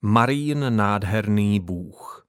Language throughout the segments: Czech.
Marijin nádherný Bůh.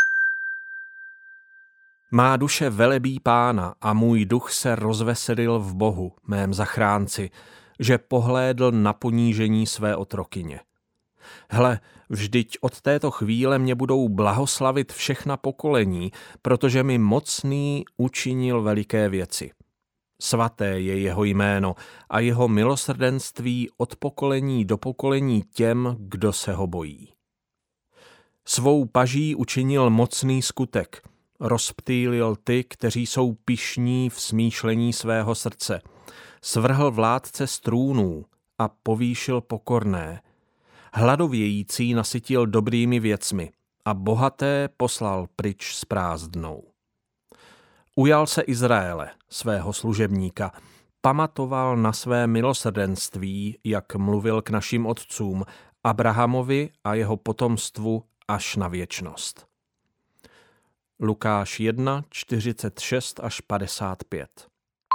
Má duše velebí Pána a můj duch se rozveselil v Bohu, mém zachránci, že pohlédl na ponížení své otrokyně. Hle, vždyť od této chvíle mě budou blahoslavit všechna pokolení, protože mi mocný učinil veliké věci. Svaté je jeho jméno a jeho milosrdenství od pokolení do pokolení těm, kdo se ho bojí. Svou paží učinil mocný skutek, rozptýlil ty, kteří jsou pyšní v smýšlení svého srdce, svrhl vládce z trůnů a povýšil pokorné. Hladovějící nasytil dobrými věcmi a bohaté poslal pryč s prázdnou. Ujal se Izraele, svého služebníka, pamatoval na své milosrdenství, jak mluvil k našim otcům, Abrahamovi a jeho potomstvu až na věčnost. Lukáš 1, 46 až 55.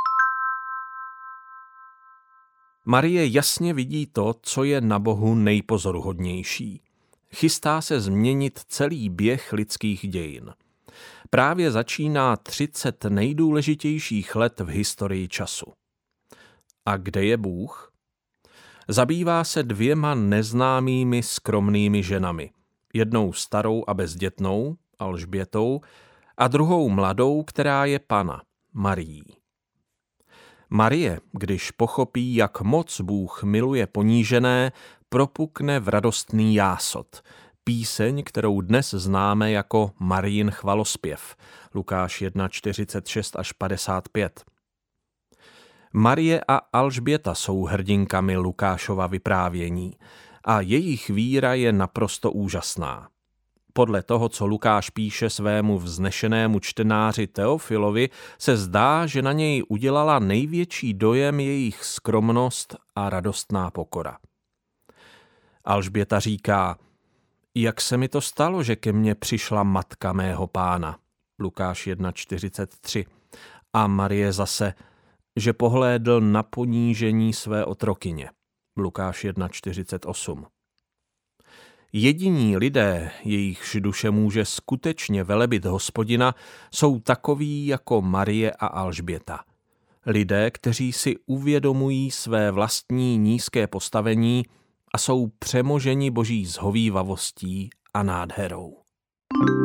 Marie jasně vidí to, co je na Bohu nejpozoruhodnější. Chystá se změnit celý běh lidských dějin. Právě začíná 30 nejdůležitějších let v historii času. A kde je Bůh? Zabývá se 2 neznámými skromnými ženami. Jednou starou a bezdětnou, Alžbětou, a druhou mladou, která je Panna, Marií. Marie, když pochopí, jak moc Bůh miluje ponížené, propukne v radostný jásot, píseň, kterou dnes známe jako Marijin chvalospěv, Lukáš 1, 46 až 55. Marie a Alžběta jsou hrdinkami Lukášova vyprávění a jejich víra je naprosto úžasná. Podle toho, co Lukáš píše svému vznešenému čtenáři Teofilovi, se zdá, že na něj udělala největší dojem jejich skromnost a radostná pokora. Alžběta říká: jak se mi to stalo, že ke mně přišla matka mého Pána, Lukáš 1,43. A Marie zase, že pohlédl na ponížení své otrokyně, Lukáš 1,48. Jediní lidé, jejichž duše může skutečně velebit Hospodina, jsou takoví jako Marie a Alžběta. Lidé, kteří si uvědomují své vlastní nízké postavení a jsou přemoženi Boží zhovívavostí a nádherou.